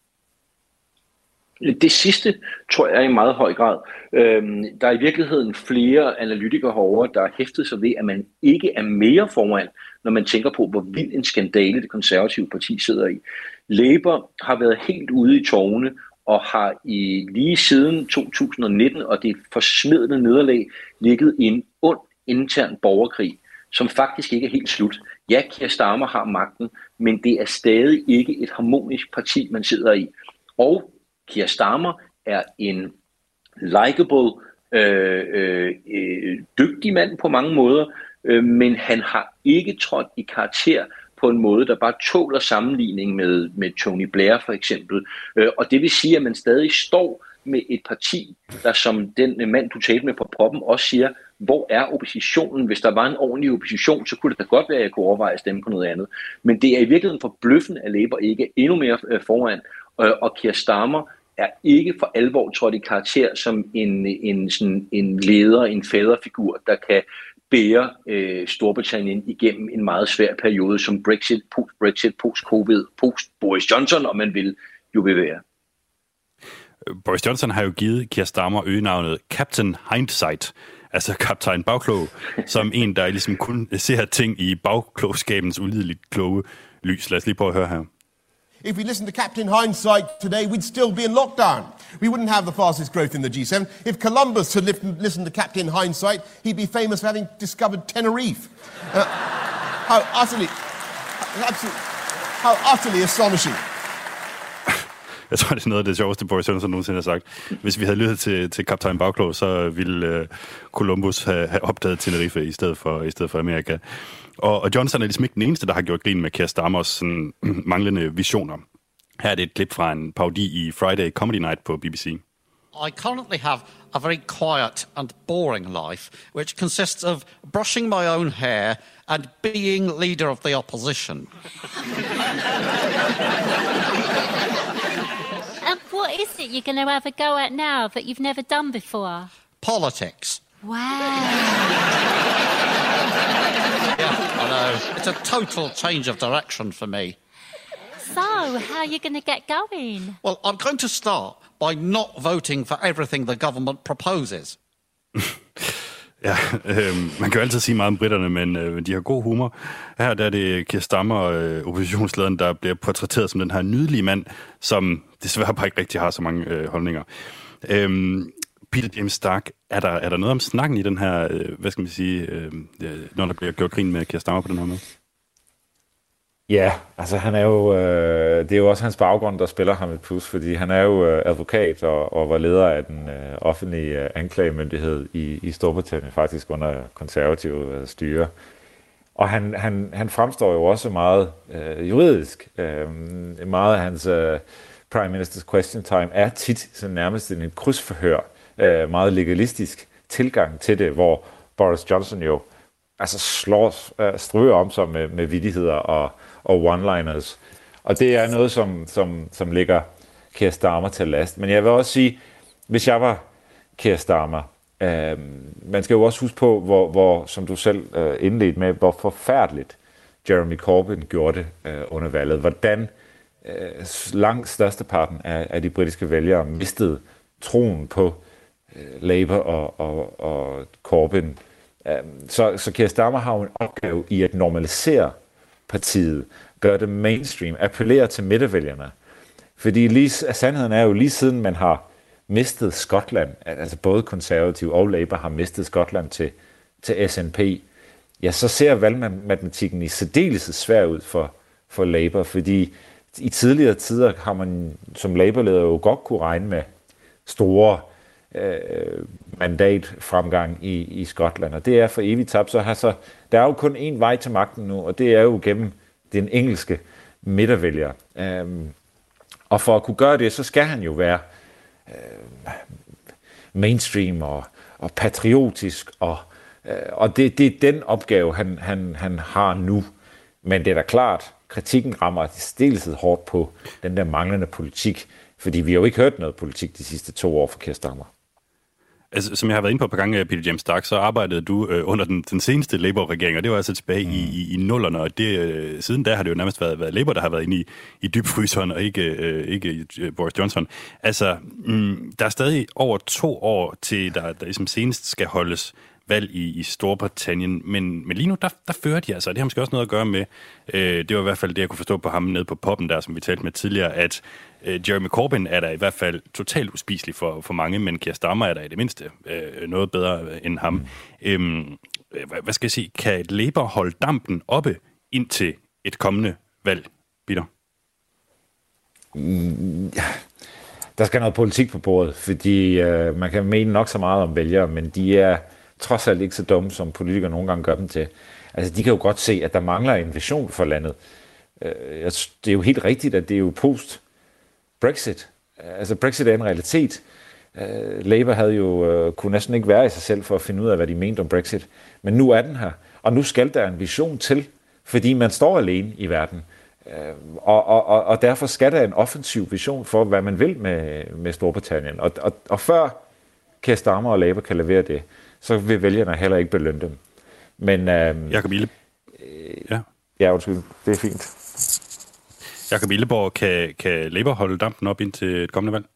Det sidste tror jeg i meget høj grad. Øhm, der er i virkeligheden flere analytikere herovre, der har hæftet sig ved, at man ikke er mere foran, når man tænker på, hvor vild en skandale det konservative parti sidder i. Labour har været helt ude i tårne, og har i lige siden to tusind nitten og det forsmedende nederlag ligget i en ond intern borgerkrig, som faktisk ikke er helt slut. Ja, Keir Starmer har magten, men det er stadig ikke et harmonisk parti, man sidder i. Og Keir Starmer er en likable, øh, øh, øh, dygtig mand på mange måder, øh, men han har ikke trådt i karakter på en måde, der bare tåler sammenligning med, med Tony Blair for eksempel. Øh, og det vil sige, at man stadig står med et parti, der som den mand, du talte med på proppen, også siger, hvor er oppositionen? Hvis der var en ordentlig opposition, så kunne det da godt være, at jeg kunne overveje at stemme på noget andet. Men det er i virkeligheden forbløffende, at Labour ikke er endnu mere foran, øh, og Keir Starmer er ikke for alvor trådt i karakter som en, en, sådan en leder, en faderfigur, der kan bære øh, Storbritannien igennem en meget svær periode, som Brexit, post-Brexit, post-Covid, post-Boris Johnson, om man vil, jo vil være. Boris Johnson har jo givet Keir Starmer øgenavnet Captain Hindsight, altså kaptajn bagklog, som en, der ligesom kun ser ting i bagklogskabens ulideligt kloge lys. Lad os lige prøve at høre her. If we listened to Captain Hindsight today, we'd still be in lockdown. We wouldn't have the fastest growth in the G seven. If Columbus had listened to Captain Hindsight, he'd be famous for having discovered Tenerife. Uh, how utterly, absolutely, how utterly astonishing. Jeg tror, det er noget af det sjoveste, Boris Johnson nogensinde har sagt. Hvis vi havde lyttet til, til kaptajn Bagklog, så ville uh, Columbus have, have opdaget Tenerife i stedet for, i stedet for Amerika. Og, og Johnson er ligesom ikke den eneste, der har gjort grin med Keir Starmers sådan, manglende visioner. Her er det et klip fra en parodi i Friday Comedy Night på B B C. I currently have a very quiet and boring life, which consists of brushing my own hair and being leader of the opposition. And what is it you're going to have a go at now that you've never done before? Politics. Wow. Yeah, I know. It's a total change of direction for me. So, how are you going to get going? Well, I'm going to start by not voting for everything the government proposes. Ja, øh, man kan jo altid sige meget om britterne, men øh, de har god humor. Her der er det Keir Starmer, øh, oppositionslederen, der bliver portrætteret som den her nydelige mand, som desværre bare ikke rigtig har så mange øh, holdninger. Øh, Peter James Stark, er der, er der noget om snakken i den her, øh, hvad skal man sige, øh, når der bliver gjort grin med Keir Starmer på den her måde? Ja, altså han er jo, øh, det er jo også hans baggrund, der spiller ham et plus, fordi han er jo øh, advokat og, og var leder af den øh, offentlige øh, anklagemyndighed i, i Storbritannien, faktisk under konservative øh, styre. Og han, han, han fremstår jo også meget øh, juridisk. Øh, meget af hans øh, Prime Minister's Question Time er tit sådan nærmest en krydsforhør, øh, meget legalistisk tilgang til det, hvor Boris Johnson jo altså slår, øh, stryger om sig med, med vittigheder og og one-liners. Og det er noget, som, som, som ligger Keir Starmer til last. Men jeg vil også sige, hvis jeg var Keir Starmer, øh, man skal jo også huske på, hvor, hvor som du selv øh, indledte med, hvor forfærdeligt Jeremy Corbyn gjorde det øh, under valget. Hvordan øh, langt størsteparten af, af de britiske vælgere mistede troen på øh, Labour og, og, og Corbyn. Øh, så, så Keir Starmer har jo en opgave i at normalisere partiet, gør det mainstream, appellerer til midtervælgerne. Fordi lige, sandheden er jo, lige siden man har mistet Skotland, altså både konservative og Labour har mistet Skotland til, til S N P, ja, så ser valgmatematikken i særdeleshed svær ud for, for Labour, fordi i tidligere tider har man som Labour-leder jo godt kunne regne med store øh, mandatfremgang i, i Skotland, og det er for evigt tabt. Så har så, der er jo kun én vej til magten nu, og det er jo gennem den engelske midtervælger. Øhm, og for at kunne gøre det, så skal han jo være øh, mainstream og, og patriotisk, og, øh, og det, det er den opgave, han, han, han har nu. Men det er da klart, kritikken rammer stillet hårdt på den der manglende politik, fordi vi har jo ikke hørt noget politik de sidste to år fra Keir Starmer. Altså, som jeg har været inde på et par gange, Peter James Stark, så arbejdede du øh, under den, den seneste Labour-regering, og det var altså tilbage mm. i, i, i nullerne, og det, øh, siden da har det jo nærmest været, været Labour, der har været inde i, i dybfryseren, og ikke, øh, ikke øh, Boris Johnson. Altså, mm, der er stadig over to år til, der, der ligesom senest skal holdes valg i, i Storbritannien, men, men lige nu, der, der fører de altså, det har måske også noget at gøre med, øh, det var i hvert fald det, jeg kunne forstå på ham nede på poppen der, som vi talte med tidligere, at øh, Jeremy Corbyn er der i hvert fald totalt uspiselig for, for mange, men Keir Starmer er der i det mindste øh, noget bedre end ham. Mm. Øhm, hvad skal jeg sige, kan et Labour holde dampen oppe indtil et kommende valg, Peter? Mm, ja. Der skal noget politik på bordet, fordi øh, man kan mene nok så meget om vælgere, men de er trods alt ikke så dumme, som politikere nogle gange gør dem til. Altså, de kan jo godt se, at der mangler en vision for landet. Det er jo helt rigtigt, at det er jo post-Brexit. Altså, Brexit er en realitet. Labour havde jo kunne næsten ikke være i sig selv for at finde ud af, hvad de mente om Brexit. Men nu er den her, og nu skal der en vision til, fordi man står alene i verden. Og, og, og, og derfor skal der en offensiv vision for, hvad man vil med, med Storbritannien. Og, og, og før Keir Starmer og Labour kan levere det, så vil vælgerne heller ikke belønne dem. Men øhm, Jakob Ille. Ja. Ja, undskyld. Det er fint. Jakob Illeborg, kan, kan Labour holde dampen op indtil et kommende valg?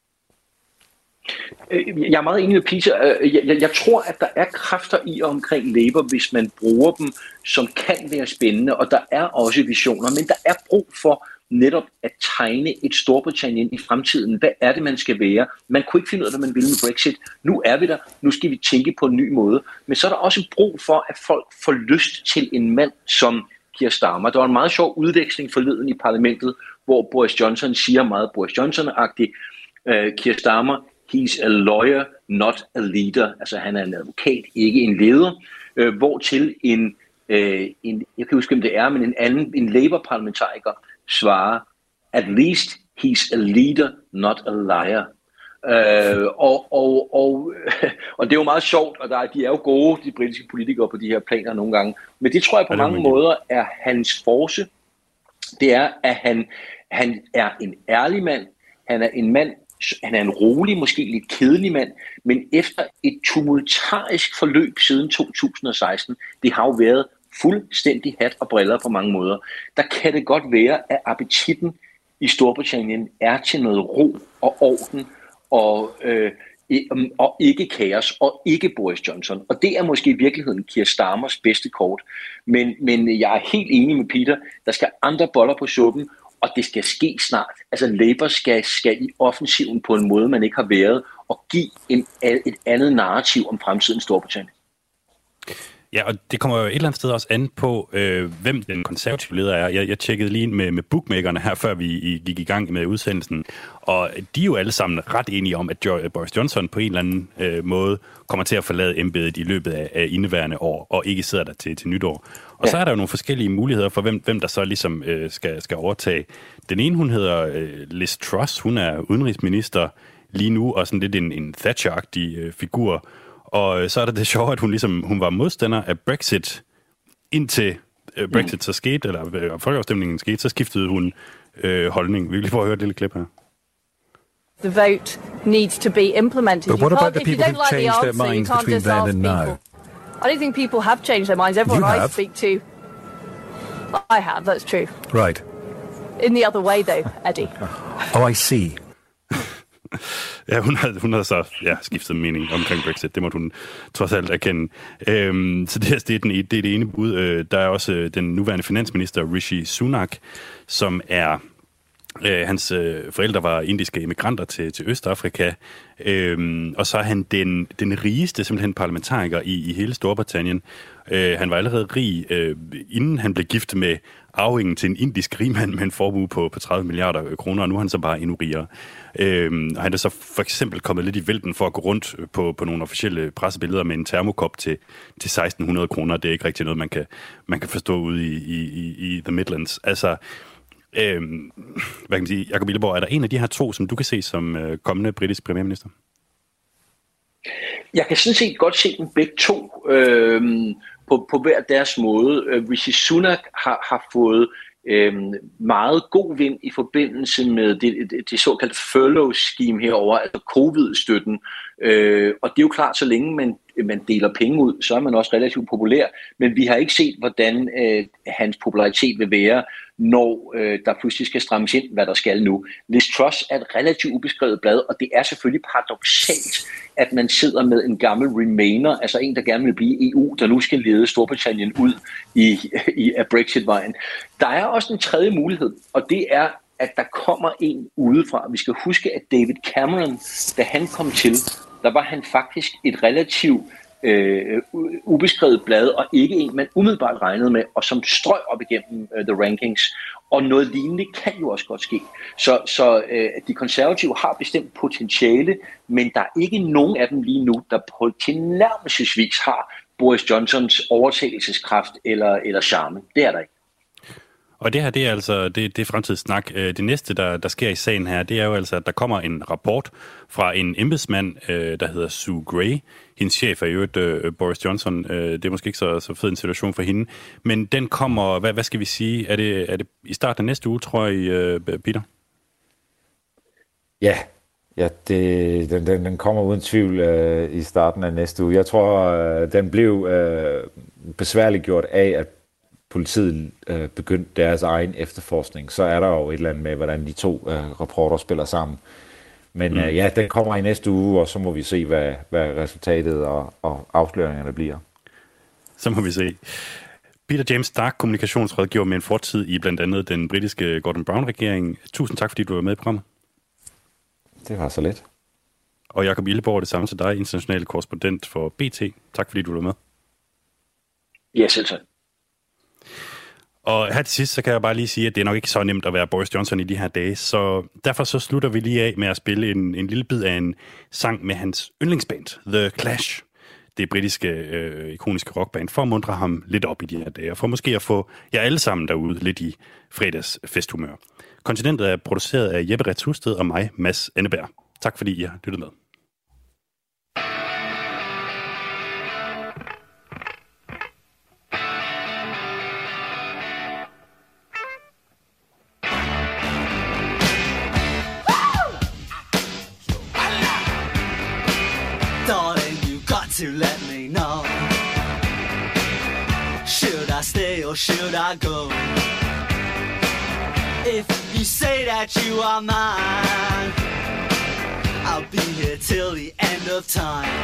Jeg er meget enig med Peter. Jeg, jeg, jeg tror, at der er kræfter i og omkring Labour, hvis man bruger dem, som kan være spændende, og der er også visioner, men der er brug for netop at tegne et Storbritannien i fremtiden. Hvad er det, man skal være? Man kunne ikke finde ud af, hvad man ville med Brexit. Nu er vi der. Nu skal vi tænke på en ny måde. Men så er der også brug for, at folk får lyst til en mand som Keir Starmer. Der var en meget sjov udveksling forleden i parlamentet, hvor Boris Johnson siger meget Boris Johnson-agtigt, uh, Keir Starmer, he's a lawyer, not a leader. Altså han er en advokat, ikke en leder. Uh, hvortil en, uh, en, jeg kan huske, om det er, men en anden, en Labour-parlamentariker svarer, at least he's a leader, not a liar. Uh, og, og, og, og det er jo meget sjovt, og der er, de er jo gode, de britiske politikere, på de her planer nogle gange. Men det tror jeg på mange måder er hans force. Det er, at han, han er en ærlig mand. Han er en mand, han er en rolig, måske lidt kedelig mand, men efter et tumultarisk forløb siden to tusind og seksten, det har jo været fuldstændig hat og briller på mange måder, der kan det godt være, at appetitten i Storbritannien er til noget ro og orden, og, øh, og ikke kaos, og ikke Boris Johnson. Og det er måske i virkeligheden Keir Starmers bedste kort. Men, men jeg er helt enig med Peter, der skal andre boller på suppen, og det skal ske snart. Altså Labour skal, skal i offensiven på en måde, man ikke har været, og give en, et andet narrativ om fremtiden Storbritannien. Ja, og det kommer jo et eller andet sted også an på, øh, hvem den konservative leder er. Jeg, jeg tjekkede lige ind med, med bookmakerne her, før vi i, gik i gang med udsendelsen, og de er jo alle sammen ret enige om, at jo, Boris Johnson på en eller anden øh, måde kommer til at forlade embedet i løbet af, af indeværende år, og ikke sidder der til, til nytår. Og ja. Så er der jo nogle forskellige muligheder for, hvem, hvem der så ligesom øh, skal, skal overtage. Den ene, hun hedder øh, Liz Truss, hun er udenrigsminister lige nu, og sådan lidt en, en Thatcher-agtig øh, figur. Og så er det det sjove, at hun ligesom hun var modstander af Brexit, indtil øh, Brexit mm. så skete, eller øh, folkeafstemningen skete, så skiftede hun øh, holdning. Vi vil lige prøve at høre et lille klip her. The vote needs to be implemented. But what about the people who've changed their minds between then and now? I don't think people have changed their minds. Everyone I speak to, I have, that's true. Right. In the other way, though, Eddie. Oh, I see. Ja, hun havde, hun havde så ja, skiftet mening omkring Brexit. Det måtte hun trods alt erkende. Øhm, så det, det, er den, det er det ene bud. Øh, der er også øh, den nuværende finansminister, Rishi Sunak, som er... Øh, hans øh, forældre var indiske immigranter til, til Østafrika. Øhm, og så er han den, den rigeste simpelthen parlamentariker i, i hele Storbritannien. Øh, han var allerede rig, øh, inden han blev gift med arvingen til en indisk rigmand med en formue på, på tredive milliarder kroner, og nu er han så bare endnu rigere. Øhm, og han er så for eksempel kommet lidt i vælten for at gå rundt på, på nogle officielle pressebilleder med en termokop til, til seksten hundrede kroner. Det er ikke rigtig noget, man kan, man kan forstå ude i, i, i The Midlands. Altså, øhm, hvad kan man sige, Jacob Illeborg, er der en af de her to, som du kan se som øh, kommende britisk premierminister? Jeg kan sådan set godt se dem begge to øh, på, på hver deres måde. Rishi Sunak har, har fået øh, meget god vind i forbindelse med det, det, det såkaldte furlough-scheme herover, altså covid-støtten. Øh, og det er jo klart, så længe man, man deler penge ud, så er man også relativt populær. Men vi har ikke set, hvordan øh, hans popularitet vil være, når øh, der pludselig skal strammes ind, hvad der skal nu. Liz Truss er et relativt ubeskrevet blad, og det er selvfølgelig paradoksalt, at man sidder med en gammel Remainer, altså en, der gerne vil blive E U, der nu skal lede Storbritannien ud i, i af Brexit-vejen. Der er også en tredje mulighed, og det er, at der kommer en udefra. Vi skal huske, at David Cameron, da han kom til, der var han faktisk et relativt øh, ubeskrevet blad, og ikke en, man umiddelbart regnede med, og som strøg op igennem uh, the rankings. Og noget lignende kan jo også godt ske. Så, så øh, de konservative har bestemt potentiale, men der er ikke nogen af dem lige nu, der på tilnærmelsesvis har Boris Johnsons overtagelseskraft eller, eller charme. Det er der ikke. Og det her, det er altså det, det er fremtidssnak. Det næste, der, der sker i sagen her, det er jo altså, at der kommer en rapport fra en embedsmand, der hedder Sue Gray. Hendes chef er jo et Boris Johnson. Det er måske ikke så, så fed en situation for hende. Men den kommer, hvad, hvad skal vi sige, er det, er det i starten af næste uge, tror jeg, Peter? Ja, ja det, den, den, den kommer uden tvivl øh, i starten af næste uge. Jeg tror, øh, den blev øh, besværligt gjort af, at politiet øh, begyndte deres egen efterforskning, så er der jo et eller andet med, hvordan de to øh, rapporter spiller sammen. Men mm. øh, ja, den kommer i næste uge, og så må vi se, hvad, hvad resultatet og, og afsløringerne bliver. Så må vi se. Peter James Stark, kommunikationsrådgiver med en fortid i blandt andet den britiske Gordon Brown-regering. Tusind tak, fordi du var med i programmet. Det var så let. Og Jakob Illeborg, det samme til dig, international korrespondent for B T. Tak, fordi du var med. Ja, selv tak. Og her til sidst, så kan jeg bare lige sige, at det er nok ikke så nemt at være Boris Johnson i de her dage, så derfor så slutter vi lige af med at spille en, en lille bid af en sang med hans yndlingsband, The Clash, det britiske øh, ikoniske rockband, for at mundre ham lidt op i de her dage, og for måske at få jer alle sammen derude lidt i fredags festhumør. Kontinentet er produceret af Jeppe Retz Husted og mig, Mads Anneberg. Tak fordi I har lyttet med. To let me know, should I stay or should I go? If you say that you are mine, I'll be here till the end of time.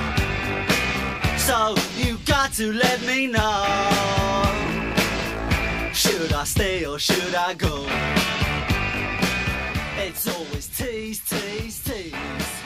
So you got to let me know, should I stay or should I go? It's always tease, tease, tease.